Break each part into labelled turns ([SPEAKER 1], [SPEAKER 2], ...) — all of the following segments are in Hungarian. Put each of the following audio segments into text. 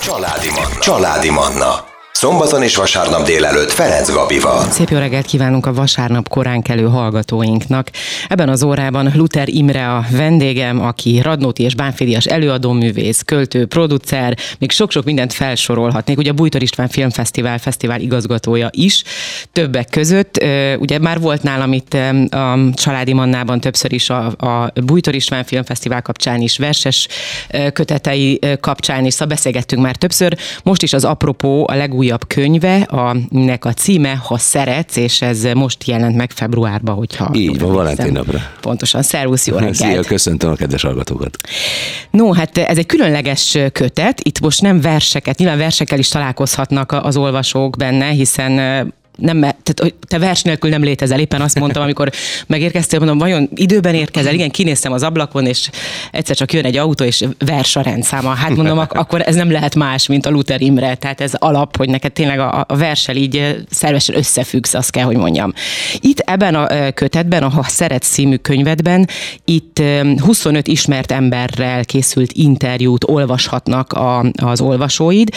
[SPEAKER 1] Családi Manna. Szombaton és vasárnap délelőtt Ferenc Gabival.
[SPEAKER 2] Szép jó reggelt kívánunk a vasárnap korán kelő hallgatóinknak. Ebben az órában Luther Imre a vendégem, aki Radnóti és Bánffy-díjas előadóművész, költő, producer, még sok-sok mindent felsorolhatnék. Ugye a Bújtor István Filmfesztivál igazgatója is többek között. Ugye már volt nálam itt a Családi Mannában többször is a Bújtor István Filmfesztivál kapcsán is, verses kötetei kapcsán is, szóval beszélgettünk már többször. Most is az apropó a legújabb könyve, aminek a címe Ha szeretsz, és ez most jelent meg februárban, hogyha...
[SPEAKER 3] Így van, Valentin napra.
[SPEAKER 2] Pontosan, szervusz, jó reggelt!
[SPEAKER 3] Szia, köszöntöm a kedves hallgatókat!
[SPEAKER 2] No, hát ez egy különleges kötet, itt most nem verseket, nyilván versekkel is találkozhatnak az olvasók benne, hiszen tehát te vers nélkül nem létezel, éppen azt mondtam, amikor megérkeztél, mondom, vajon időben érkezel? Igen, kinéztem az ablakon, és egyszer csak jön egy autó, és vers a rendszáma. Hát mondom, akkor ez nem lehet más, mint a Luther Imre, tehát ez alap, hogy neked tényleg a verssel így szervesen összefüggsz, azt kell, hogy mondjam. Itt ebben a kötetben, a Ha szeretsz című könyvedben, itt 25 ismert emberrel készült interjút olvashatnak az olvasóid.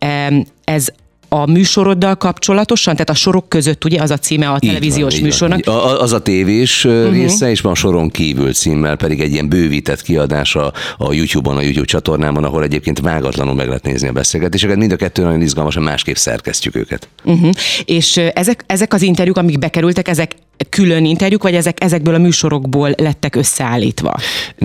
[SPEAKER 2] Ez a műsoroddal kapcsolatosan, tehát a sorok között ugye az a címe a televíziós műsornak.
[SPEAKER 3] Az a tévés része, és van a Soron kívül címmel pedig egy ilyen bővített kiadás a YouTube-on, a YouTube csatornámon, ahol egyébként vágatlanul meg lehet nézni a beszélgetéseket. Mind a kettő nagyon izgalmasan, másképp szerkesztjük őket.
[SPEAKER 2] És ezek az interjúk, amik bekerültek, ezek külön interjúk, vagy ezekből a műsorokból lettek összeállítva?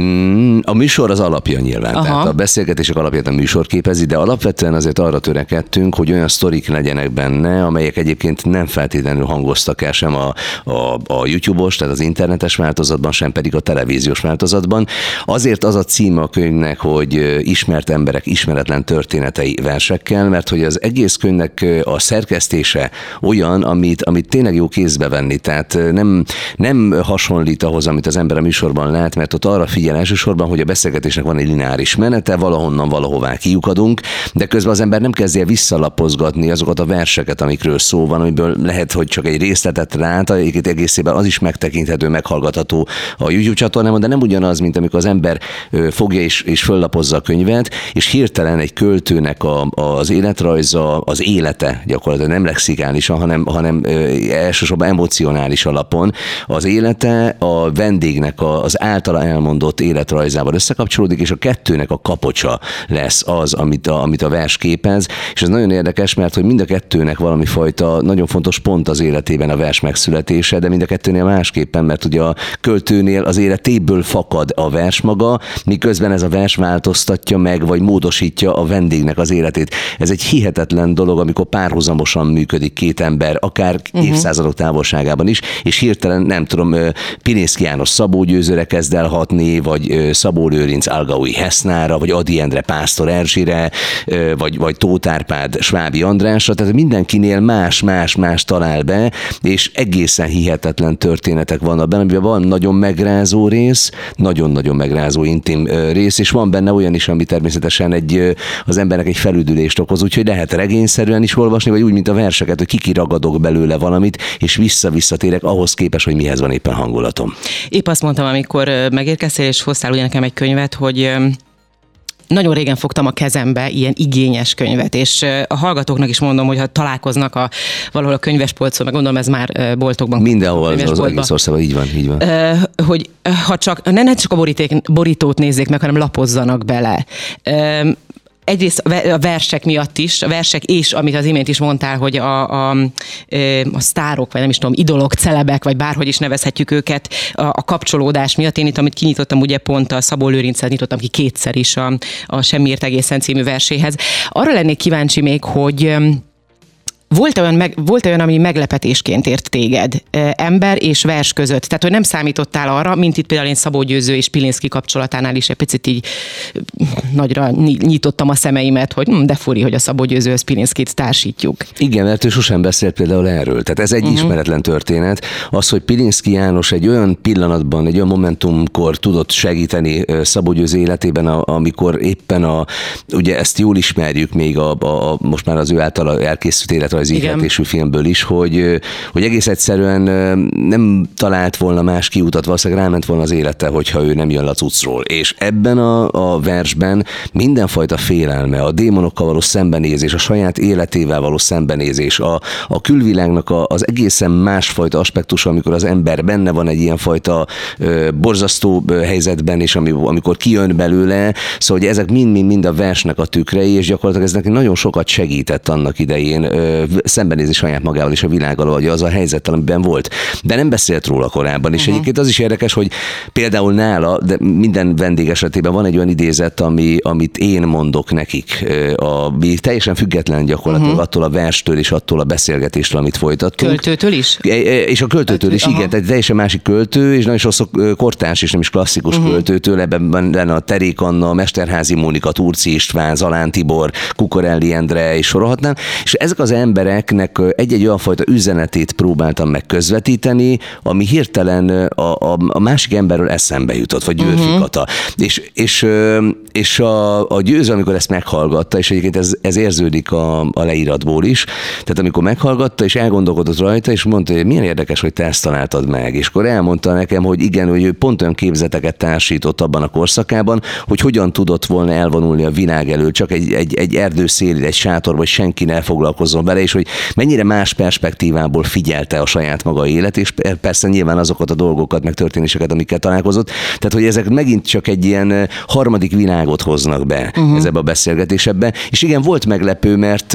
[SPEAKER 3] A műsor az alapja nyilván. Aha. Tehát a beszélgetések alapját a műsor képezi, de alapvetően azért arra törekedtünk, hogy olyan sztorik legyenek benne, amelyek egyébként nem feltétlenül hangoztak el sem a YouTube-os, tehát az internetes változatban, sem pedig a televíziós változatban. Azért az a címe a könyvnek, hogy ismert emberek ismeretlen történetei versekkel, mert hogy az egész könyvnek a szerkesztése olyan, amit tényleg jó kézbe venni. Tehát nem hasonlít ahhoz, amit az ember a műsorban lát, mert ott arra figyel elsősorban, hogy a beszélgetésnek van egy lineáris menete, valahonnan valahová kiukadunk, de közben az ember nem kezdje visszalapozgatni azokat a verseket, amikről szó van, amiből lehet, hogy csak egy részletet lát, egyébként egészében az is megtekinthető, meghallgatható a YouTube csatornámon, de nem ugyanaz, mint amikor az ember fogja és föllapozza a könyvet, és hirtelen egy költőnek az életrajza, az élete gyakorlatilag nem lexikálisan, hanem elsősorban emocionális alapon az élete a vendégnek az általa elmondott életrajzával összekapcsolódik, és a kettőnek a kapocsa lesz az, amit a vers képez, és ez nagyon érdekes, mert hogy mind a kettőnek valami fajta nagyon fontos pont az életében a vers megszületése, de mind a kettőnél másképpen, mert ugye a költőnél az életéből fakad a vers maga, miközben ez a vers változtatja meg, vagy módosítja a vendégnek az életét. Ez egy hihetetlen dolog, amikor párhuzamosan működik két ember, akár évszázadok távolságában is, és hirtelen, nem tudom, Pilinszky János Szabó Győzőre kezd el hatni, vagy Szabó Lőrinc Algaui Hesznára, vagy Ady Endre Pásztor Erzsire, vagy Tóth Árpád Svábi Andrásra, tehát mindenkinél más talál be, és egészen hihetetlen történetek vannak benne, amiben van nagyon megrázó rész, nagyon-nagyon megrázó intim rész, és van benne olyan is, ami természetesen az embernek egy felüdülést okoz, úgyhogy lehet regényszerűen is olvasni, vagy úgy, mint a verseket, hogy kikiragadok belőle valamit, és visszatérek ahhoz képest, hogy mihez van éppen hangulatom.
[SPEAKER 2] Épp azt mondtam, amikor megérkeztél, és hoztál ugye nekem egy könyvet, hogy nagyon régen fogtam a kezembe ilyen igényes könyvet, és a hallgatóknak is mondom, hogy ha találkoznak valahol a könyvespolcon, meg gondolom ez már boltokban.
[SPEAKER 3] Mindenhol, az egész országban, így van.
[SPEAKER 2] Hogy ha csak, ne csak a borítót nézzék meg, hanem lapozzanak bele. Egyrészt a versek miatt is, a versek és, amit az imént is mondtál, hogy a sztárok, vagy nem is tudom, idolok, celebek, vagy bárhogy is nevezhetjük őket, a kapcsolódás miatt. Én itt, amit kinyitottam, ugye pont a Szabó Lőrincet nyitottam ki kétszer is a Semmiért egészen című verséhez. Arra lennék kíváncsi még, hogy volt olyan, ami meglepetésként ért téged ember és vers között. Tehát, hogy nem számítottál arra, mint itt például én Szabó Győző és Pilinszky kapcsolatánál is egy picit így nagyra nyitottam a szemeimet, hogy de furi, hogy a Szabó Győzőhöz Pilinszkyt társítjuk.
[SPEAKER 3] Igen, mert ő sosem beszélt például erről. Tehát ez egy ismeretlen történet. Az, hogy Pilinszky János egy olyan pillanatban, egy olyan momentumkor tudott segíteni Szabó Győző életében, amikor éppen ugye ezt jól ismerjük még most már az ő által elkészült önéletrajzi ihletésű filmből is, hogy egész egyszerűen nem talált volna más kiutat, valószínűleg ráment volna az élete, hogyha ő nem jön le a cuccról. És ebben a versben mindenfajta félelme, a démonokkal való szembenézés, a saját életével való szembenézés, a külvilágnak az egészen másfajta aspektusa, amikor az ember benne van egy ilyenfajta borzasztó helyzetben, és amikor kijön belőle, szóval hogy ezek mind a versnek a tükrei, és gyakorlatilag ez neki nagyon sokat segített annak idején szembenézni saját magával és a világgal, vagy az a helyzettel, amiben volt. De nem beszélt róla korábban, és egyébként az is érdekes, hogy például nála, de minden vendég esetében van egy olyan idézet, amit én mondok nekik, ami teljesen független gyakorlatilag attól a verstől és attól a beszélgetéstől, amit folytattunk.
[SPEAKER 2] Költőtől is?
[SPEAKER 3] És a költőtől is, igen, tehát teljesen másik költő, és nagyon sokszor kortárs és nem is klasszikus költőtől, ebben lenne a Terék Anna, Mesterházi Mónika, Turci István, Zalán Tibor, Kukorelli Endre, és sorolhatnám, és ezek az embereknek egy-egy olyan fajta üzenetét próbáltam meg közvetíteni, ami hirtelen a másik emberről eszembe jutott, vagy Győrfi Kata. És a Győző, amikor ezt meghallgatta, és egyébként ez érződik a leíratból is, tehát amikor meghallgatta, és elgondolkodott rajta, és mondta, hogy milyen érdekes, hogy te ezt találtad meg. És akkor elmondta nekem, hogy igen, hogy ő pont olyan képzeteket társított abban a korszakában, hogy hogyan tudott volna elvonulni a világ elől, csak egy erdő szélén, egy sátorban, hogy senki ne foglalkozzon vele, és hogy mennyire más perspektívából figyelte a saját maga élet, és persze nyilván azokat a dolgokat, meg történéseket, amikkel találkozott. Tehát, hogy ezek megint csak egy ilyen harmadik világot hoznak be ebbe a beszélgetésbe. És igen, volt meglepő, mert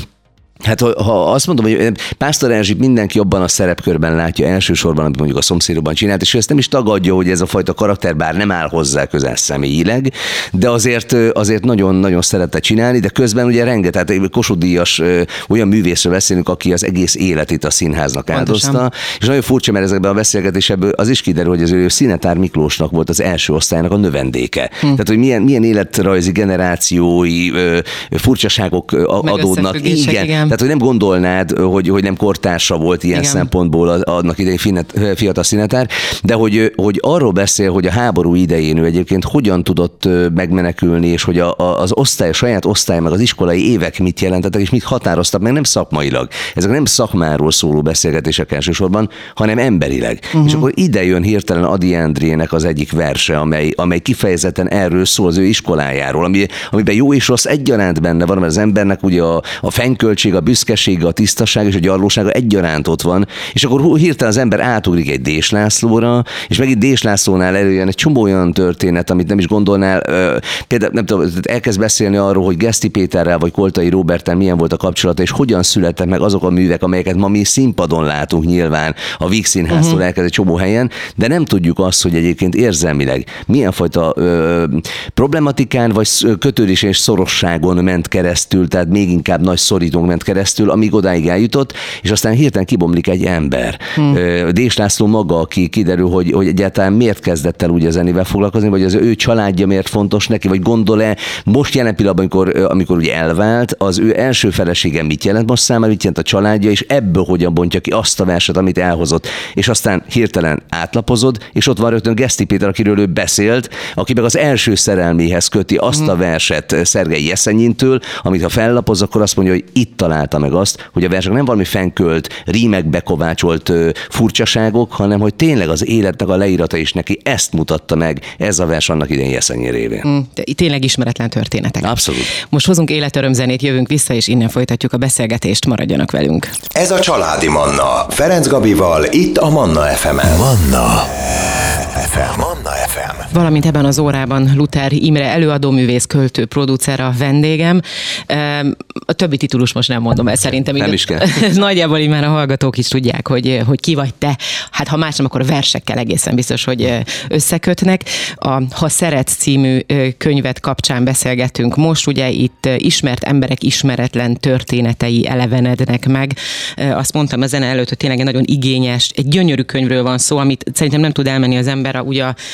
[SPEAKER 3] hát ha azt mondom, hogy Pásztor Erzsébet mindenki jobban a szerepkörben látja elsősorban, amit mondjuk a Szomszédokban csinált, és ő ezt nem is tagadja, hogy ez a fajta karakter bár nem áll hozzá közel személyileg, de azért nagyon-nagyon szerette csinálni, de közben ugye rengeteg, Kossuth Díjas olyan művészről beszélünk, aki az egész életét a színháznak áldozta, és nagyon furcsa, mert ezekben a beszélgetésekből az is kiderül, hogy az ő Szinetár Miklósnak volt az első osztálynak a növendéke. Tehát, hogy milyen életrajzi generációi furcsaságok adódnak. Igen. Tehát, hogy nem gondolnád, hogy nem kortársa volt ilyen szempontból annak idején fiatal Szinetár, de hogy arról beszél, hogy a háború idején ő egyébként hogyan tudott megmenekülni, és hogy az osztály, a saját osztály, meg az iskolai évek mit jelentettek, és mit határoztak meg, nem szakmailag. Ezek nem szakmáról szóló beszélgetések elsősorban, hanem emberileg. És akkor ide jön hirtelen Ady Endrének az egyik verse, amely kifejezetten erről szól, az ő iskolájáról, amiben jó és rossz egyaránt benne van, mert az embernek ugye a fenyköltség, a büszkesége, a tisztaság és a gyarlósága egyaránt ott van, és akkor hirtelen az ember átugrik egy Dés Lászlóra, és megint Dés Lászlónál előjön egy csomó olyan történet, amit nem is gondolnál, például nem tudom, elkezd beszélni arról, hogy Geszti Péterrel vagy Koltai Róberttel milyen volt a kapcsolata, és hogyan születtek meg azok a művek, amelyeket ma mi színpadon látunk nyilván, a Víg Színháztól elkezd egy csomó helyen, de nem tudjuk azt, hogy egyébként érzelmileg milyen fajta problematikán vagy kötődés és szorosságon ment keresztül, tehát még inkább nagy szorítónk ment keresztül, amíg odáig eljutott, és aztán hirtelen kibomlik egy ember. Dés László maga, aki kiderül, hogy egyáltalán miért kezdett el úgy a zenével foglalkozni, vagy az ő családja miért fontos neki, vagy gondol-e most jelen pillanatban, amikor ugye elvált, az ő első felesége mit jelent most számára, mit jelent a családja, és ebből hogyan bontja ki azt a verset, amit elhozott. És aztán hirtelen átlapozod, és ott van rögtön Geszti Péter, akiről ő beszélt, aki meg az első szerelméhez köti azt a verset Szergei Jeszenyintől, amit ha fellapoz, akkor azt mondja, hogy itt találta meg azt, hogy a versek nem valami fenkölt, rímekbe kovácsolt furcsaságok, hanem hogy tényleg az életnek a leírata is neki ezt mutatta meg, ez a vers annak idején Jeszenyi révén.
[SPEAKER 2] Tényleg ismeretlen történetek.
[SPEAKER 3] Abszolút.
[SPEAKER 2] Most hozunk életörömzenét, jövünk vissza, és innen folytatjuk a beszélgetést, maradjanak velünk.
[SPEAKER 1] Ez a Családi Manna. Ferenc Gabival, itt a Manna FM-en. Manna FM. Manna FM.
[SPEAKER 2] Valamint ebben az órában Luther Imre előadó, művész, költő, producer a vendégem. A többi titulus most nem mondom el szerintem.
[SPEAKER 3] Nem is kell.
[SPEAKER 2] Nagyjából így már a hallgatók is tudják, hogy ki vagy te. Hát ha más nem, akkor versekkel egészen biztos, hogy összekötnek. A Ha szeretsz című könyvet kapcsán beszélgetünk most. Ugye itt ismert emberek ismeretlen történetei elevenednek meg. Azt mondtam a zene előtt, hogy tényleg egy nagyon igényes, egy gyönyörű könyvről van szó, amit szerintem nem tud elmenni az ember ugye a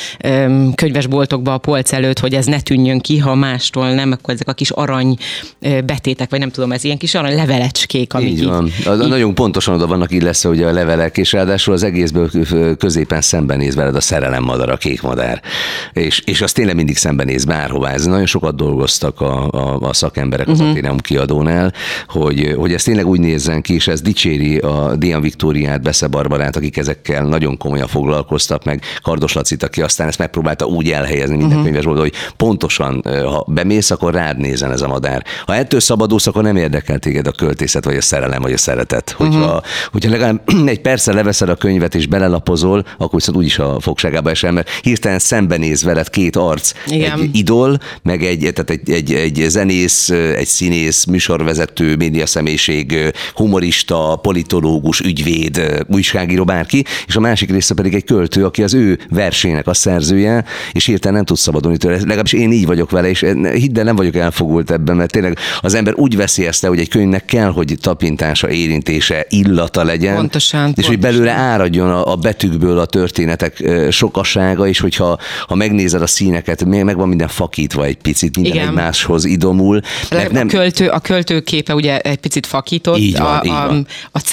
[SPEAKER 2] könyvesboltokba a polc előtt, hogy ez ne tűnjön ki, ha mástól nem, akkor ezek a kis arany betétek, vagy nem nem tudom, ez ilyen kis arany levelecskék, amik
[SPEAKER 3] így van. Nagyon pontosan oda vannak illesztve ugye a levelek, és ráadásul az egészből középen szembenéz veled a szerelemmadar, a kékmadár. És az tényleg mindig szembenéz bárhová. Ez nagyon sokat dolgoztak a szakemberek az Atheneum kiadónál, hogy ez tényleg úgy nézzen ki, és ez dicséri a Dian Viktóriát, Besze Barbarát, akik ezekkel nagyon komolyan foglalkoztak, meg Kardos Lacit, aki aztán ezt megpróbálta úgy elhelyezni minden könyvesboltban, hogy pontosan, ha bemész, akkor rád nézen ez a madár. Ha ettől szabadulsz, akkor nem érdekel téged a költészet, vagy a szerelem, vagy a szeretet. Hogyha legalább egy perccel leveszed a könyvet és belelapozol, akkor viszont úgyis a fogságába esel, mert hirtelen szembenéz veled két arc. Igen. Egy idol, meg egy zenész, egy színész, műsorvezető, médiaszemélyiség, humorista, politológus, ügyvéd, újságíró, bárki, és a másik része pedig egy költő, aki az ő versének a szerzője, és hirtelen nem tud szabadulni tőle. Legalábbis én így vagyok vele, és hidd el, nem vagyok elfogult ebben, mert tényleg az ember úgy veszi ezt le, hogy egy könyvnek kell, hogy tapintása, érintése, illata legyen,
[SPEAKER 2] pontosan.
[SPEAKER 3] Hogy belőle áradjon a betűkből a történetek sokassága, és hogyha megnézed a színeket, megvan minden fakítva egy picit, minden egymáshoz idomul.
[SPEAKER 2] Nem... A költő képe ugye egy picit fakított.
[SPEAKER 3] Így van.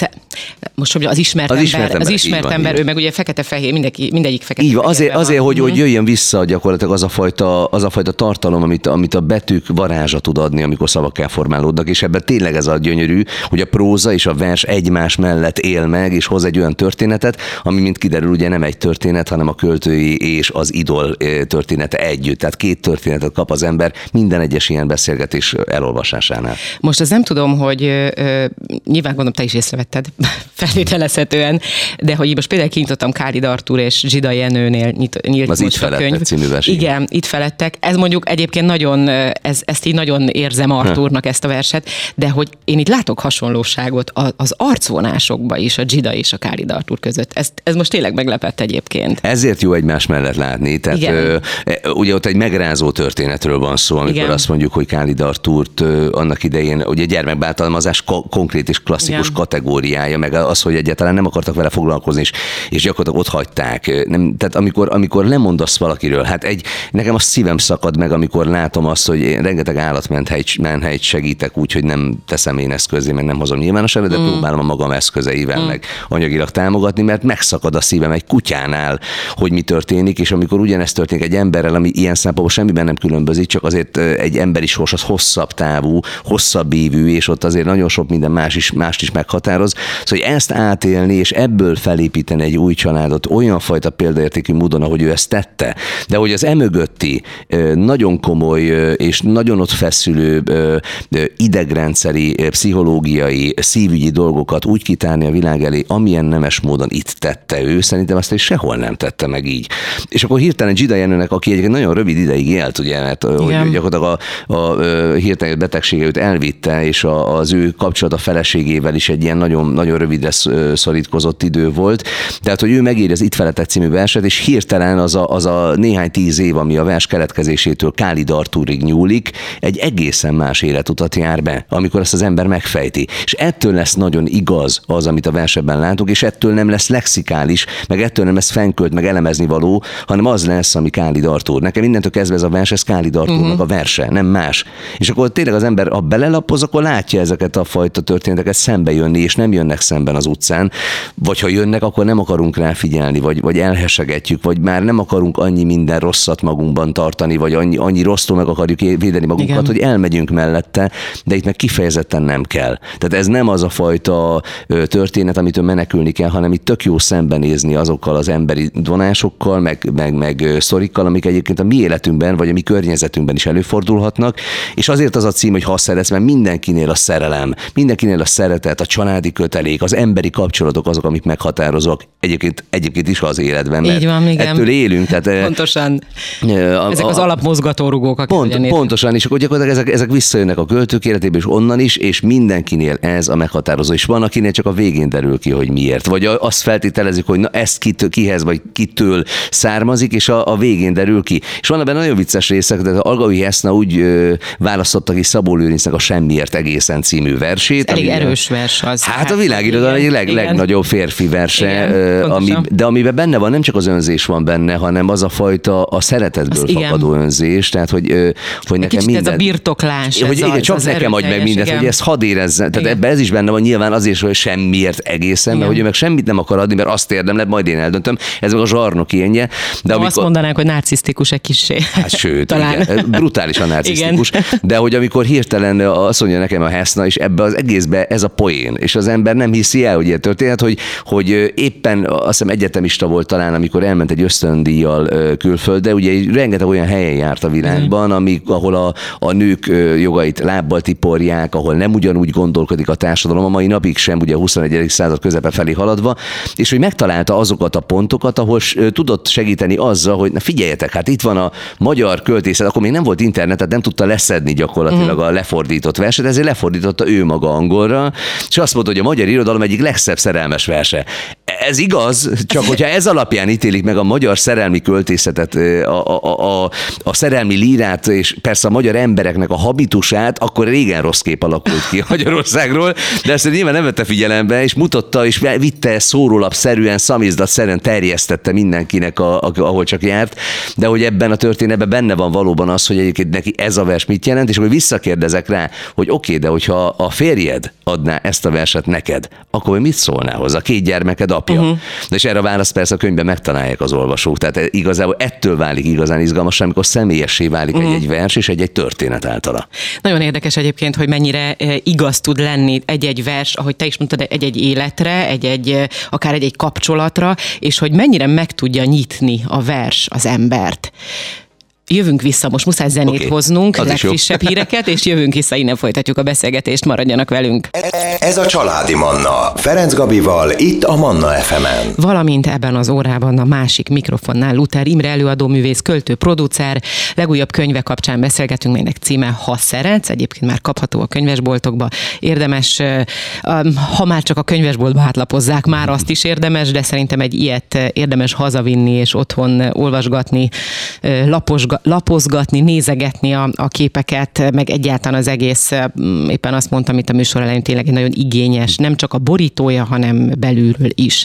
[SPEAKER 2] Most az ismert ember, ő meg ugye fekete-fehér, mindegyik fekete.
[SPEAKER 3] Így van, azért hogy jöjjön vissza gyakorlatilag az a fajta tartalom, amit a betűk varázsa tud adni, amikor szavak elformálódnak, és ebben tényleg ez a gyönyörű, hogy a próza és a vers egymás mellett él meg, és hoz egy olyan történetet, ami mint kiderül, ugye nem egy történet, hanem a költői és az idol története együtt. Tehát két történetet kap az ember minden egyes ilyen beszélgetés elolvasásánál.
[SPEAKER 2] Most az nem tudom, hogy nyilván gondolom, te is észrevetted feltételezhetően, de hogy most például kinyitottam Kálid Artúr és Zsida Jenőnél nyílt
[SPEAKER 3] az most a könyv.
[SPEAKER 2] Igen, itt felettek. Ez mondjuk egyébként nagyon, ezt így nagyon érzem Artúrnak ezt a verset, de hogy én itt látok hasonlóságot az arcvonásokba is, a Zsida és a Kálid Artúr között. Ez most tényleg meglepett egyébként.
[SPEAKER 3] Ezért jó egymás mellett látni. Tehát ugye ott egy megrázó történetről van szó, amikor azt mondjuk, hogy Kálid Artúrt annak idején, ugye gyermekbántalmazás konkrét és klasszikus kategóriája, meg az, hogy egyáltalán nem akartak vele foglalkozni, és gyakorlatilag ott hagyták. Tehát amikor lemondasz valakiről, hát nekem a szívem szakad meg, amikor látom azt, hogy én rengeteg állatmenthelyt segítek úgy, hogy nem teszem én ezt közé, meg nem hozom nyilvánosságra, de próbálom a magam eszközeivel meg anyagilag támogatni, mert megszakad a szívem egy kutyánál, hogy mi történik, és amikor ugyanezt történik egy emberrel, ami ilyen szempontból semmiben nem különbözik, csak azért egy emberi sors az hosszabb távú, hosszabb évű, és ott azért nagyon sok minden mást is meghatároz. Szóval, hogy ezt átélni, és ebből felépíteni egy új családot olyan fajta példaértékű módon, ahogy ő ezt tette, de hogy az emögötti nagyon komoly és nagyon ott feszülő idegrendszeri, pszichológiai, szívügyi dolgokat úgy kitárni a világ elé, amilyen nemes módon itt tette ő, szerintem azt is sehol nem tette meg így. És akkor hirtelen Zsida Jenőnek, aki egyébként nagyon rövid ideig élt, ugye, mert hogy gyakorlatilag a hirtelen betegsége őt elvitte, és az ő kapcsolat a feleségével is egy ilyen nagyon, nagyon rövidre szorítkozott idő volt. Tehát, hogy ő megírja az Itt felettek című verset, és hirtelen az a néhány 10 év, ami a vers keletkezésétől Kálid Artúrig nyúlik, egy egészen más életutat jár be, amikor ezt az ember megfejti. És ettől lesz nagyon igaz az, amit a versben látunk, és ettől nem lesz lexikális, meg ettől nem lesz fenkölt, meg elemezni való, hanem az lesz, ami Kálid Artúr. Nekem mindentől kezdve ez a vers, ez Kálid Artúrnak a verse, nem más. És akkor tényleg az ember, ha belelapoz, akkor látja ezeket a fajta történeteket szembe jönni, és nem jönnek szemben az utcán, vagy ha jönnek, akkor nem akarunk rá figyelni, vagy elhesegetjük, vagy már nem akarunk annyi minden rosszat magunkban tartani, vagy annyi rossztól meg akarjuk védeni magunkat, hogy elmegyünk mellette, de itt meg kifejezetten nem kell. Tehát ez nem az a fajta történet, amitől menekülni kell, hanem itt tök jó szembenézni azokkal az emberi vonásokkal, meg sztorikkal, amik egyébként a mi életünkben, vagy a mi környezetünkben is előfordulhatnak, és azért az a cím, hogy ha szeretsz, mert mindenkinél a szerelem, mindenkinél a szeretet, a családi kötelék, az emberi kapcsolatok azok, amik meghatározóak egyébként is az életben, mert ettől élünk. Tehát,
[SPEAKER 2] pontosan. Ezek az alapmozgatórugók.
[SPEAKER 3] Pontosan, és akkor gyakorlatilag ezek visszajönnek a költők életébe, és onnan is, és mindenkinél ez a meghatározó. És van, akinél csak a végén derül ki, hogy miért. Vagy azt feltételezik, hogy na ez kihez, vagy kitől származik, és a végén derül ki. És van ebben nagyon vicces részek, de Algaui Heszna úgy választotta ki Szabó Lőrincnek a Semmiért egészen című versét.
[SPEAKER 2] Elég erős vers az.
[SPEAKER 3] Hát a világ világirodalom egyik legnagyobb férfi verse, de amiben benne van nem csak az önzés van benne, hanem az a fajta a szeretetből fakadó önzés, tehát hogy nekem minden...
[SPEAKER 2] ez a birtoklás.
[SPEAKER 3] Hogy igen, csak nekem adj meg mindent, hogy ezt hadd érezzen. Tehát ebben ez is benne van nyilván azért, hogy semmiért egészen, mert hogy ő meg semmit nem akar adni, mert azt érdemel, majd én eldöntöm. Ez meg a zsarnok ilyenje. De
[SPEAKER 2] azt mondanánk, hogy narcisztikus egy kissé.
[SPEAKER 3] Hát sőt, igen, brutálisan narcisztikus. De hogy amikor hirtelen azt mondja nekem a Heszna, és ebbe az egészbe ez a poén, és az ember nem hiszi el, hogy ilyen történet, hogy éppen azt hiszem egyetemista volt talán, amikor elment egy ösztöndíjjal külföldre, ugye rengeteg olyan helyen járt a világban, ahol a nők jogait lábbal tiporják, ahol nem ugyanúgy gondolkodik a társadalom, a mai napig sem, ugye a 21. század közepe felé haladva, és hogy megtalálta azokat a pontokat, ahol tudott segíteni azzal, hogy na figyeljetek, hát itt van a magyar költészet, akkor még nem volt internet, tehát nem tudta leszedni gyakorlatilag a lefordított verset, ezért lefordította ő maga angolra, és azt mondta, hogy a magyar irodalom egyik legszebb szerelmes verse. Ez igaz, csak hogyha ez alapján ítélik meg a magyar szerelmi költészetet, a szerelmi lírát, és persze a magyar embereknek a habitusát, akkor régen rossz kép alakult ki Magyarországról, de ezt nyilván nem vette figyelembe, és mutatta, és vitte szórólapszerűen, szamizdatszerűen terjesztette mindenkinek, ahol csak járt, de hogy ebben a történetben benne van valóban az, hogy egyébként neki ez a vers mit jelent, és akkor visszakérdezek rá, hogy oké, de hogyha a férjed adná ezt a verset neked, akkor mit szólnál hozzá? 2 gyermeked apja. De és erre a választ persze a könyvben megtalálják az olvasók. Tehát igazából ettől válik igazán izgalmas, amikor személyessé válik egy vers és egy történet általa.
[SPEAKER 2] Nagyon érdekes egyébként, hogy mennyire igaz tud lenni egy-egy vers, ahogy te is mondtad, egy életre, akár egy kapcsolatra, és hogy mennyire meg tudja nyitni a vers az embert. Jövünk vissza, most muszáj zenét hoznunk, legfrissebb híreket, és jövünk vissza, innen folytatjuk a beszélgetést, maradjanak velünk.
[SPEAKER 1] Ez a Családi Manna, Ferenc Gabival, itt a Manna FM-en.
[SPEAKER 2] Valamint ebben az órában a másik mikrofonnál Luther Imre előadó művész, költő, producer, legújabb könyve kapcsán beszélgetünk, melynek címe Ha szeretsz, egyébként már kapható a könyvesboltokba. Érdemes, ha már csak a könyvesboltba átlapozzák, már azt is érdemes, de szerintem egy ilyet érdemes hazavinni és otthon olvasgatni, lapozgatni, nézegetni a képeket, meg egyáltalán az egész, éppen azt mondtam itt a műsor elején, tényleg egy nagyon igényes, nem csak a borítója, hanem belülről is.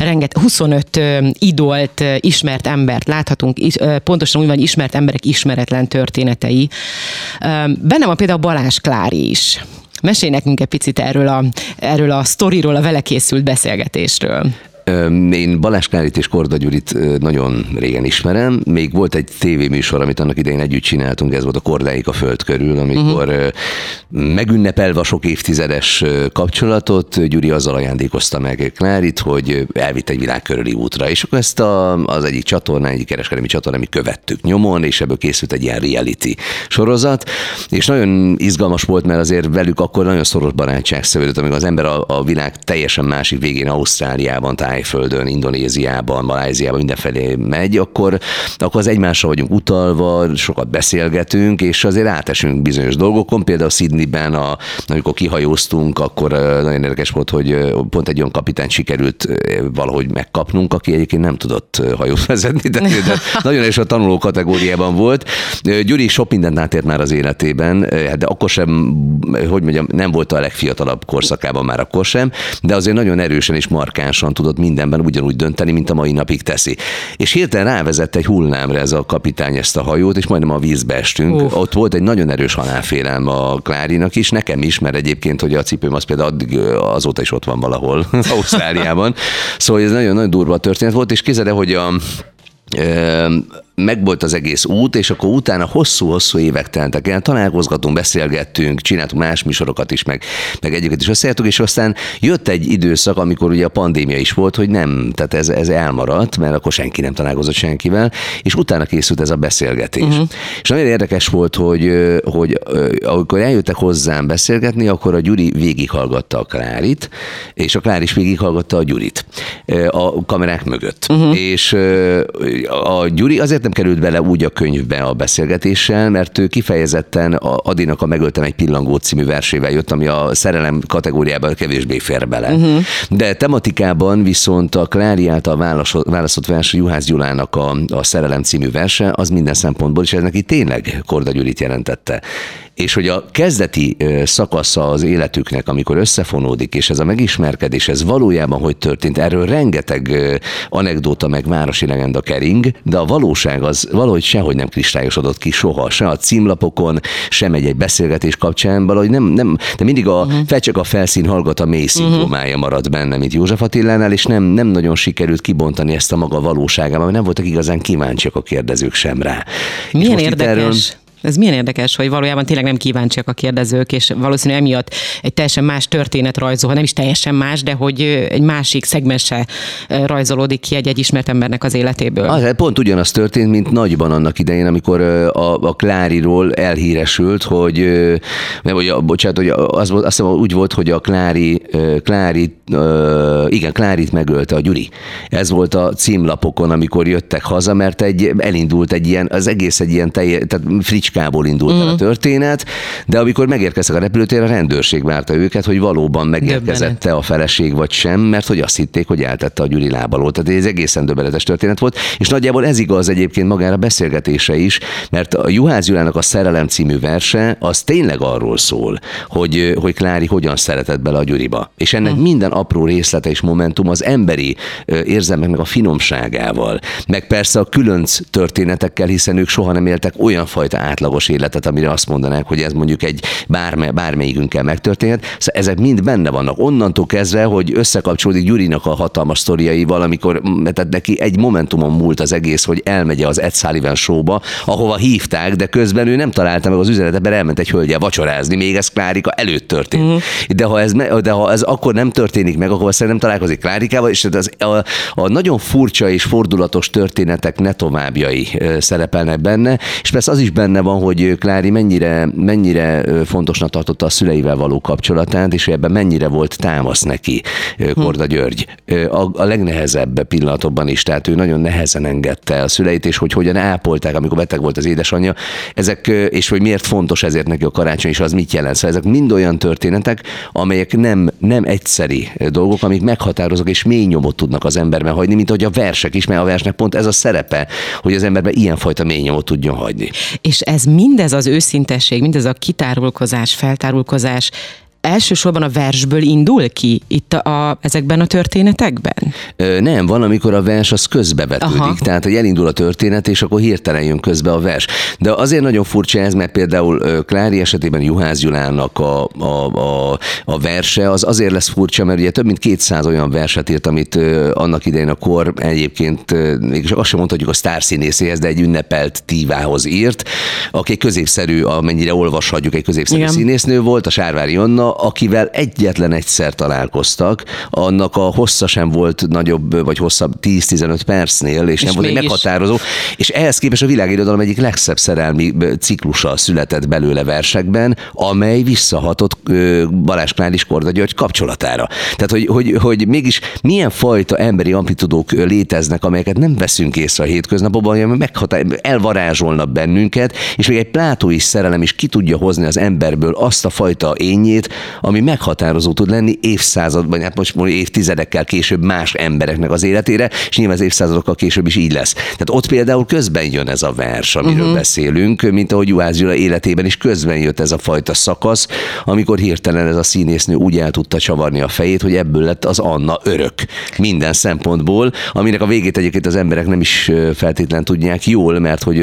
[SPEAKER 2] 25 idolt, ismert embert láthatunk, pontosan úgy van, ismert emberek ismeretlen történetei. Benne van például Balázs Klári is. Mesélj nekünk egy picit erről a sztoriról, a vele készült beszélgetésről.
[SPEAKER 3] Én Balázs Klárit és Korda Gyurit nagyon régen ismerem. Még volt egy tévéműsor, amit annak idején együtt csináltunk, ez volt a Kordáik a föld körül, amikor megünnepelve a sok évtizedes kapcsolatot, Gyuri azzal ajándékozta meg Klárit, hogy elvitt egy világ körüli útra. És akkor ezt az egyik csatornán, egyik kereskedelmi csatornán mi követtük nyomon, és ebből készült egy ilyen reality sorozat. És nagyon izgalmas volt, mert azért velük akkor nagyon szoros barátság szövődött, amikor az ember a világ teljesen másik végén, Ausztráliában, Tájföldön, Indonéziában, Maláziában mindenfelé megy, akkor az egymásra vagyunk utalva, sokat beszélgetünk, és azért átesünk bizonyos dolgokon. Például Sydneyben, amikor kihajóztunk, akkor nagyon érdekes volt, hogy pont egy olyan kapitányt sikerült valahogy megkapnunk, aki egyébként nem tudott hajót vezetni, de nagyon erős a tanuló kategóriában volt. Gyuri sok mindent átért már az életében, de akkor sem, hogy mondjam, nem volt a legfiatalabb korszakában már akkor sem, de azért nagyon erősen és markánsan tudott mindenben ugyanúgy dönteni, mint a mai napig teszi. És hirtelen rávezett egy hullámra ez a kapitány ezt a hajót, és majdnem a vízbe estünk. Ott volt egy nagyon erős halálfélelem a Klárinak is, nekem is, mert egyébként, hogy a cipőm az például azóta is ott van valahol Ausztráliában. Szóval ez nagyon-nagyon durva történet volt, és képzeld el, hogy megvolt az egész út, és akkor utána hosszú-hosszú évek teltek el, találkozgatunk, beszélgettünk, csináltunk más műsorokat is, meg egyiket is összejöttük, és aztán jött egy időszak, amikor ugye a pandémia is volt, hogy nem, tehát ez elmaradt, mert akkor senki nem találkozott senkivel, és utána készült ez a beszélgetés. És nagyon érdekes volt, hogy amikor eljöttek hozzám beszélgetni, akkor a Gyuri végighallgatta a Klárit, és a Klár is végighallgatta a Gyurit a kamerák mögött. És a Gyuri azért nem került bele úgy a könyvbe a beszélgetéssel, mert ő kifejezetten Adinak a Megöltem egy pillangót című versével jött, ami a szerelem kategóriában kevésbé fér bele. De tematikában viszont a Klári által választott vers, Juhász Gyulának a Szerelem című verse, az minden szempontból is ez neki tényleg Korda Gyurit jelentette. és hogy a kezdeti szakasza az életüknek, amikor összefonódik, és ez a megismerkedés, ez valójában hogy történt, erről rengeteg anekdóta meg városi legenda kering, de a valóság az valahogy sehogy nem kristályosodott ki soha, se a címlapokon, sem egy beszélgetés kapcsán, valahogy nem, de mindig csak a felszín hallgat, a mély szindrómája marad benne, mint József Attilánál, és nem nagyon sikerült kibontani ezt a maga valóságában, mert nem voltak igazán kíváncsiak a kérdezők sem rá.
[SPEAKER 2] Milyen érdekes. Ez milyen érdekes, hogy valójában tényleg nem kíváncsiak a kérdezők, és valószínűleg emiatt egy teljesen más történet rajzol, nem is teljesen más, de hogy egy másik szegmense rajzolódik ki egy ismert embernek az életéből.
[SPEAKER 3] Pont ugyanaz történt, mint Nagyban annak idején, amikor a Kláriról elhíresült, hogy azt hiszem úgy volt, hogy a Klárit megölte a Gyuri. Ez volt a címlapokon, amikor jöttek haza, mert elindult egy ilyen, az egész egy ilyen tehát fricskából indult el a történet, de amikor megérkeztek a repülőtérre, a rendőrség várta őket, hogy valóban megérkezette a feleség vagy sem, mert hogy azt hitték, hogy eltette a Gyuri láb alól. Tehát ez egészen döbbenetes történet volt, és nagyjából ez igaz egyébként magára beszélgetése is, mert a Juhász Gyulának a Szerelem című verse, az tényleg arról szól, hogy Klári hogyan szeretett bele a Gyuriba. És ennek minden apró részlete és momentum az emberi érzelmeknek a finomságával, meg persze a különc történetekkel, hiszen ők soha nem éltek olyan fajta átlagos életet, amire azt mondanák, hogy ez mondjuk egy bármelyikünkkel megtörténhet. Szóval ezek mind benne vannak. Onnantól kezdve, hogy összekapcsolódik Gyurinak a hatalmas sztoriaival, amikor tehát neki egy momentumon múlt az egész, hogy elmegy az Ed Sullivan showba, ahova hívták, de közben ő nem találta meg az üzenetet, mert elment egy hölgyel vacsorázni, még ez Klárika előtt történt. De ha ez akkor nem történik meg, akkor aztán nem találkozik Klárikával, és a nagyon furcsa és fordulatos történetek ne továbbjai szerepelnek benne, és persze az is benne van, hogy Klári mennyire fontosnak tartotta a szüleivel való kapcsolatát, és ebben mennyire volt támasz neki Korda György. A legnehezebb pillanatokban is, tehát ő nagyon nehezen engedte a szüleit, és hogy hogyan ápolták, amikor beteg volt az édesanyja. És hogy miért fontos ezért neki a karácsony, és az mit jelent. Szóval ezek mind olyan történetek, amelyek nem egyszeri dolgok, amik meghatározók és mély nyomot tudnak az emberben hagyni, mint ahogy a versek is, mert a versnek pont ez a szerepe, hogy az emberben ilyenfajta mély nyomot tudjon hagyni.
[SPEAKER 2] És ez mindez az őszintesség, mindez a kitárulkozás, feltárulkozás elsősorban a versből indul ki itt ezekben a történetekben?
[SPEAKER 3] Nem, van, amikor a vers az közbevetődik, tehát hogy elindul a történet, és akkor hirtelen jön közbe a vers. De azért nagyon furcsa ez, mert például Klári esetében Juhász Gyulának a verse az azért lesz furcsa, mert ugye több mint 200 olyan verset írt, amit annak idején a kor egyébként, mégis azt sem mondhatjuk a sztárszínészéhez, de egy ünnepelt tívához írt, aki egy középszerű, amennyire olvashatjuk, egy középszerű színésznő volt, a Sárvári Anna, akivel egyetlen egyszer találkoztak, annak a hossza sem volt nagyobb, vagy hosszabb 10-15 percnél, és nem volt egy meghatározó, és ehhez képest a világirodalom egyik legszebb szerelmi ciklusa született belőle versekben, amely visszahatott Balázs Klári és Korda György kapcsolatára. Tehát, hogy mégis milyen fajta emberi amplitudók léteznek, amelyeket nem veszünk észre a hétköznapokban, amely elvarázsolnak bennünket, és még egy plátói szerelem is ki tudja hozni az emberből azt a fajta énnyét, ami meghatározó tud lenni évszázadban, hát most évtizedekkel később más embereknek az életére, és nyilván az évszázadokkal később is így lesz. Tehát ott például közben jön ez a vers, amiről beszélünk, mint ahogy Juhász Gyula életében is közben jött ez a fajta szakasz, amikor hirtelen ez a színésznő úgy el tudta csavarni a fejét, hogy ebből lett az Anna örök. Minden szempontból, aminek a végét egyébként az emberek nem is feltétlen tudják jól, mert hogy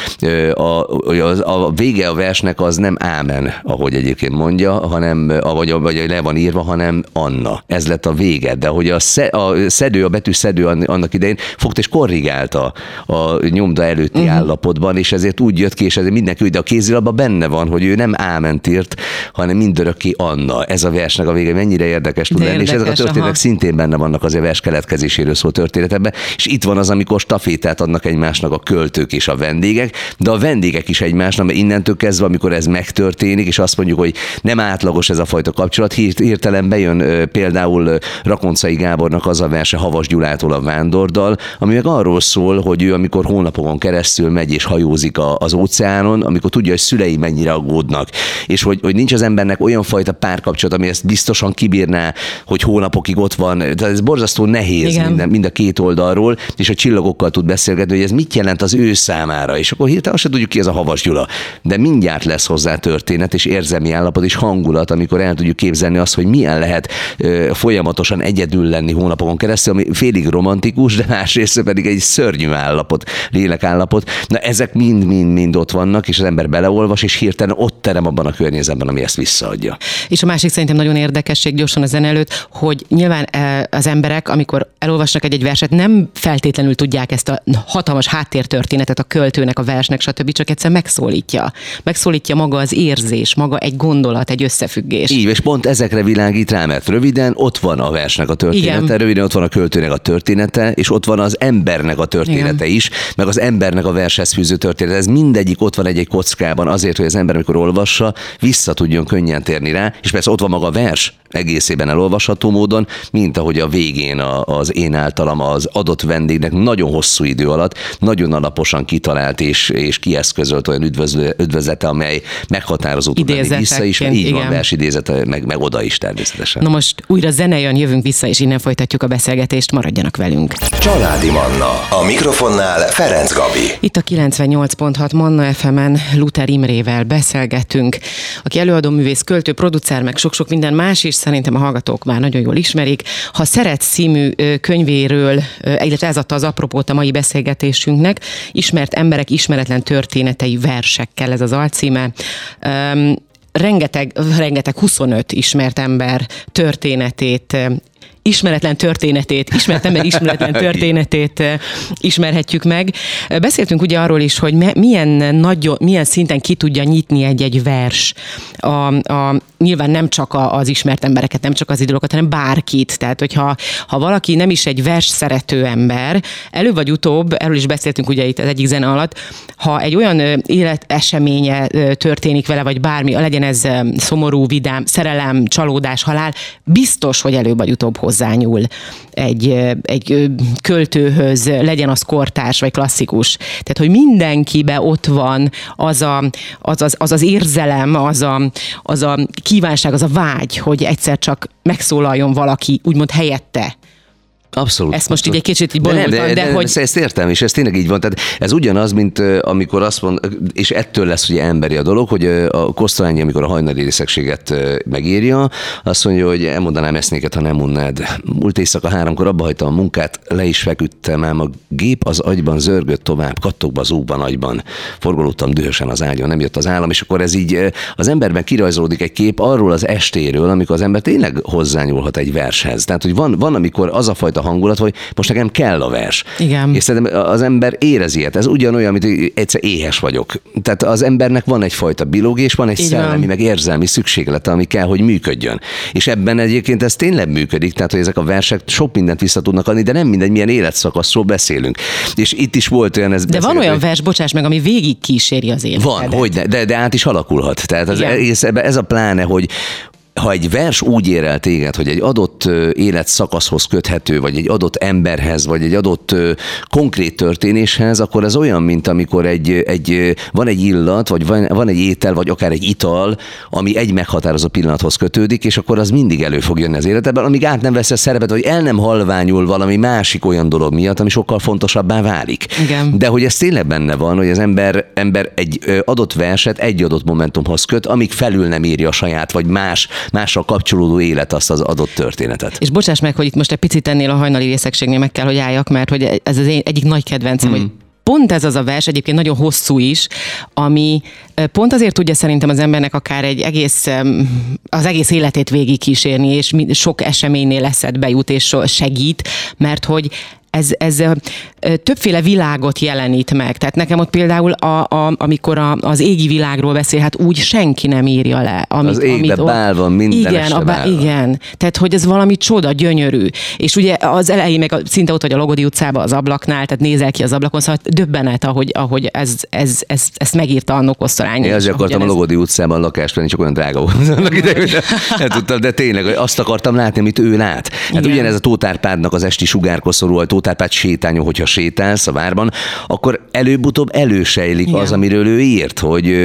[SPEAKER 3] a vége a versnek az nem ámen, ahogy egyébként mondja, hanem vagy le van írva, hanem Anna. Ez lett a vége, de hogy a betűszedő annak idején fogta és korrigálta a nyomda előtti állapotban, és ezért úgy jött ki, és ezért mindenki, de a kézilabban benne van, hogy ő nem áment írt, hanem mindörökké Anna. Ez a versnek a vége mennyire érdekes tud lenni, és ezek a történetek szintén benne vannak az a vers keletkezéséről szól történetekben, és itt van az, amikor stafétát adnak egymásnak a költők és a vendégek, de a vendégek is egymásnak, mert innentől kezdve, amikor ez megtörténik, és azt mondjuk, hogy nem átlagos ez a fajta kapcsolat. Hirtelen bejön például Rakoncai Gábornak az a verse Havas Gyulától a Vándordal, ami meg arról szól, hogy ő amikor hónapokon keresztül megy és hajózik az óceánon, amikor tudja, hogy szülei mennyire aggódnak, és hogy nincs az embernek olyan fajta párkapcsolat, ami ezt biztosan kibírná, hogy hónapokig ott van. Tehát ez borzasztó nehéz mind a két oldalról, és a csillagokkal tud beszélgetni, hogy ez mit jelent az ő számára, és akkor hirtelen azt se tudjuk ki ez a Havas Gyula. De mindjárt lesz hozzá történet és érzelmi állapot és hangulat, amikor el tudjuk képzelni azt, hogy milyen lehet folyamatosan egyedül lenni hónapokon keresztül, ami félig romantikus, de másrészt pedig egy szörnyű állapot, lélekállapot. Na ezek mind ott vannak, és az ember beleolvas, és hirtelen ott terem abban a környezetben, ami ezt visszaadja.
[SPEAKER 2] És a másik szerintem nagyon érdekesség gyorsan a zene előtt, hogy nyilván az emberek, amikor elolvasnak egy verset, nem feltétlenül tudják ezt a hatalmas háttértörténetet a költőnek, a versnek, stb. Csak egyszer megszólítja maga az érzés, maga egy gondolat, egy összefüggés.
[SPEAKER 3] Így, és pont ezekre világít rá, mert röviden ott van a versnek a története, igen. Röviden ott van a költőnek a története, és ott van az embernek a története, igen. is, meg az embernek a vershez fűző története. Ez mindegyik ott van egy kockában azért, hogy az ember, amikor olvassa, vissza tudjon könnyen térni rá, és persze ott van maga a vers egészében elolvasható módon, mint ahogy a végén az én általam az adott vendégnek nagyon hosszú idő alatt nagyon alaposan kitalált és kieszközölt olyan üdvözlete, amely meghatározó tud lenni vissza is, így van, versidézete, meg oda is természetesen.
[SPEAKER 2] Na most újra zene jön, jövünk vissza, és innen folytatjuk a beszélgetést, maradjanak velünk.
[SPEAKER 1] Családi Manna, a mikrofonnál Ferenc Gabi.
[SPEAKER 2] Itt a 98.6 Manna FM-en Luther Imrével beszélgetünk, aki előadó művész, költő, producer, meg sok-sok minden más is, szerintem a hallgatók már nagyon jól ismerik. Ha Szeretsz című könyvéről, illetve ez adta az apropót a mai beszélgetésünknek, ismert emberek ismeretlen történetei versekkel, ez az alcíme. Rengeteg 25 ismert ember történetét, ismert ember ismeretlen történetét ismerhetjük meg. Beszéltünk ugye arról is, hogy milyen szinten ki tudja nyitni egy vers. Nyilván nem csak az ismert embereket, nem csak az idolokat, hanem bárkit. Tehát, hogyha valaki nem is egy vers szerető ember, előbb vagy utóbb, erről is beszéltünk ugye itt az egyik zene alatt, ha egy olyan életeseménye történik vele, vagy bármi, legyen ez szomorú, vidám, szerelem, csalódás, halál, biztos, hogy előbb vagy utóbb hozzányúl egy költőhöz, legyen az kortárs vagy klasszikus. Tehát, hogy mindenkibe ott van az érzelem, az a kívánság, az a vágy, hogy egyszer csak megszólaljon valaki, úgymond helyette.
[SPEAKER 3] Abszolút.
[SPEAKER 2] Ezt most így egy kicsit így bonyolultan, de hogy...
[SPEAKER 3] Ezt értem, és ez tényleg így van. Tehát ez ugyanaz, mint amikor azt mond, és ettől lesz ugye emberi a dolog, hogy a Kosztolányi, amikor a hajnali részegséget megírja, azt mondja, hogy elmondanám esznéket, ha nem unnád. Múlt éjszaka 3-kor abba hagytam a munkát, le is feküdtem, ám a gép az agyban zörgött tovább, kattogva az úgban, agyban. Forgolódtam dühösen az ágyon, nem jött az állam, és akkor ez így az emberben kirajzolódik egy kép arról az estéről, amikor az ember tényleg hozzányúlhat egy vershez. Tehát, hogy van amikor az a fajta hangulat, hogy most nekem kell a vers.
[SPEAKER 2] Igen.
[SPEAKER 3] És szerintem az ember érez ilyet. Ez ugyanolyan, mint egyszer éhes vagyok. Tehát az embernek van egyfajta bilógés, van egy szellemi, meg érzelmi szükséglete, ami kell, hogy működjön. És ebben egyébként ez tényleg működik, tehát hogy ezek a versek sok mindent vissza tudnak adni, de nem mindegy, milyen életszakaszról beszélünk. És itt is volt olyan ez.
[SPEAKER 2] De van olyan vers, bocsáss meg, ami végig kíséri az életedet.
[SPEAKER 3] Van, hogy de át is alakulhat. Tehát ez a pláne, hogy ha egy vers úgy ér el téged, hogy egy adott életszakaszhoz köthető, vagy egy adott emberhez, vagy egy adott konkrét történéshez, akkor ez olyan, mint amikor van egy illat, vagy van egy étel, vagy akár egy ital, ami egy meghatározó pillanathoz kötődik, és akkor az mindig elő fog jönni az életedben, amíg át nem vesz a szerepet, vagy el nem halványul valami másik olyan dolog miatt, ami sokkal fontosabbá válik.
[SPEAKER 2] Igen.
[SPEAKER 3] De hogy ez tényleg benne van, hogy az ember egy adott verset egy adott momentumhoz köt, amíg felül nem írja a saját, vagy mással kapcsolódó élet azt az adott történetet.
[SPEAKER 2] És bocsáss meg, hogy itt most egy picit ennél a hajnali részegségnél meg kell, hogy álljak, mert hogy ez az egyik nagy kedvencem, hogy pont ez az a vers, egyébként nagyon hosszú is, ami pont azért tudja szerintem az embernek akár az egész életét végigkísérni, és sok eseménynél eszedbe jut, és segít, mert hogy ez többféle világot jelenít meg. Tehát nekem ott például, amikor az égi világról beszél, hát úgy senki nem írja le.
[SPEAKER 3] Az égbe bál van, minden
[SPEAKER 2] igen. Tehát, hogy ez valami csoda, gyönyörű. És ugye az elején meg szinte ott vagy a Logodi utcában az ablaknál, tehát nézel ki az ablakon, szóval döbbenet, ahogy ezt megírta Annó Kosztolányi.
[SPEAKER 3] Én azért akartam a Logodi utcában lakást venni, csak olyan drága volt annak idején, tudtam, de tényleg azt akartam látni, amit ő lát. Hát ugyanez a Tóth Árpádnak az esti sugárkoszorú, a Tóth Árpád sétányó, hogyha sétálsz a várban, akkor előbb-utóbb elősejlik az, amiről ő írt,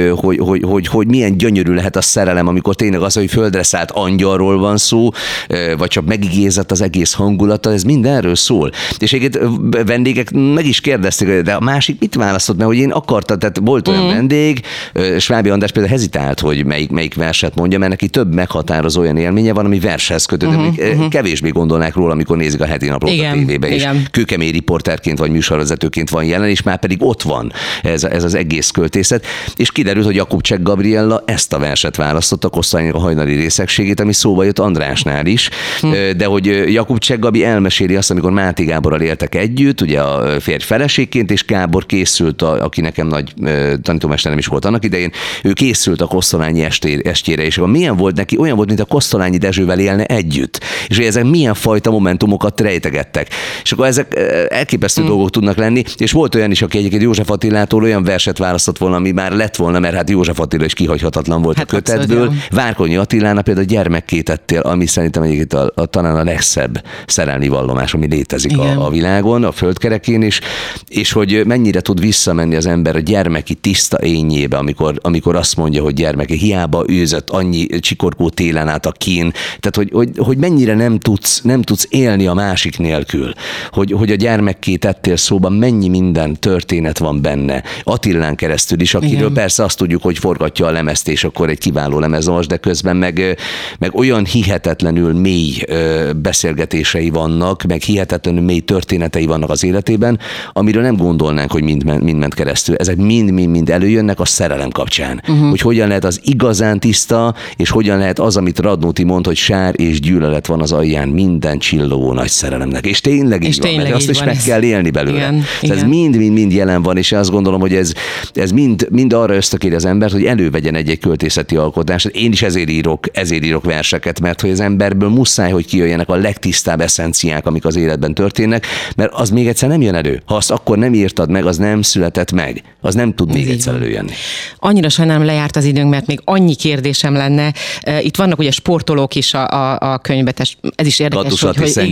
[SPEAKER 3] hogy milyen gyönyörű lehet a szerelem, amikor tényleg az, hogy földre szállt angyalról van szó, vagy csak megigézett az egész hangulata, ez mindenről szól. És egyébként vendégek meg is kérdezték, de a másik mit választott, mert hogy én akartam, tehát volt olyan vendég, Svábi András például hezitált, hogy melyik verset mondja, mert neki több meghatározó olyan élménye van, ami vershez kötődik, kevésbé gondolnák róla, amikor nézik a heti naplót a tévébe, és kőkemény riporterként vagy műsorvezetőként van jelen, és már pedig ott van ez az egész költészet, és kiderült, hogy Jakubcsek Gabriella ezt a verset választotta, Kosztolányinak a hajnali részegségét, ami szóba jött Andrásnál is, de hogy Jakubcsek Gabi elmeséli azt, amikor Máté Gáborral éltek együtt, ugye a férj feleségként, és Gábor készült, aki nekem nagy tanítómesterem is volt annak idején, ő készült a Kosztolányi estjére, és akkor milyen volt neki, olyan volt, mint a Kosztolányi Dezsővel élne együtt, és hogy ezek milyen fajta momentumokat rejtegettek. És akkor ezek elképesztő dolgok tudnak lenni, és volt olyan is, aki egyébként József Attilától olyan verset választott volna, ami már lett volna, mert hát József Attila is kihagyhatatlan volt a kötetből. Várkonyi Attilának például Gyermekké tettél, ami szerintem egyébként talán a legszebb szerelmi vallomás, ami létezik a világon, a földkerekén is, és hogy mennyire tud visszamenni az ember a gyermeki tiszta énjébe, amikor azt mondja, hogy gyermeke, hiába őzött annyi csikorgó télen át a kín, tehát hogy mennyire nem tudsz élni a másik nélkül, hogy a Gyermekké tettél szóban mennyi minden történet van benne. Attilán keresztül is, akiről persze azt tudjuk, hogy forgatja a lemezt, és akkor egy kiváló lemezolvas, de közben meg olyan hihetetlenül mély beszélgetései vannak, meg hihetetlenül mély történetei vannak az életében, amiről nem gondolnánk, hogy mind ment keresztül. Ezek mind előjönnek a szerelem kapcsán. Hogy hogyan lehet az igazán tiszta, és hogyan lehet az, amit Radnóti mond, hogy sár és gyűlölet van az alján minden csillogó nagy szerelemnek. És tényleg így van, mert azt is meg kell élni belőle. Ez mind jelen van, és azt gondolom, hogy ez mind arra ösztökéli az embert, hogy elővegyen egy költészeti alkotást. Én is ezért írok verseket, mert hogy az emberből muszáj, hogy kijöjjenek a legtisztább eszenciák, amik az életben történnek, mert az még egyszer nem jön elő. Ha azt akkor nem írtad meg, az nem született meg. Az nem tud még egyszer előjönni.
[SPEAKER 2] Annyira sajnálom, lejárt az időnk, mert még annyi kérdésem lenne. Itt vannak ugye sportolók is a könyvben, ez is érdekes,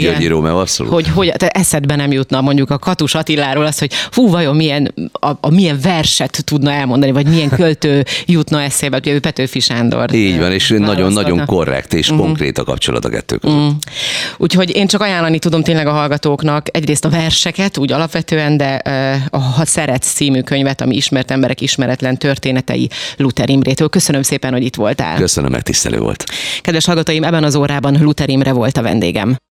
[SPEAKER 2] hogy te eszedbe nem jutna mondjuk a Katus Attiláról az, hogy vajon milyen verset tudna elmondani, vagy milyen költő jutna eszébe, ugye ő Petőfi Sándor.
[SPEAKER 3] Így van, és nagyon-nagyon korrekt és konkrét a kapcsolat a kettő között.
[SPEAKER 2] Úgyhogy én csak ajánlani tudom tényleg a hallgatóknak egyrészt a verseket, úgy alapvetően, de Ha szeretsz című könyvet, ami ismert emberek ismeretlen történetei Luther Imrétől. Köszönöm szépen, hogy itt voltál.
[SPEAKER 3] Köszönöm, megtisztelő volt.
[SPEAKER 2] Kedves hallgatóim, ebben az órában Luther Imre volt a vendégem.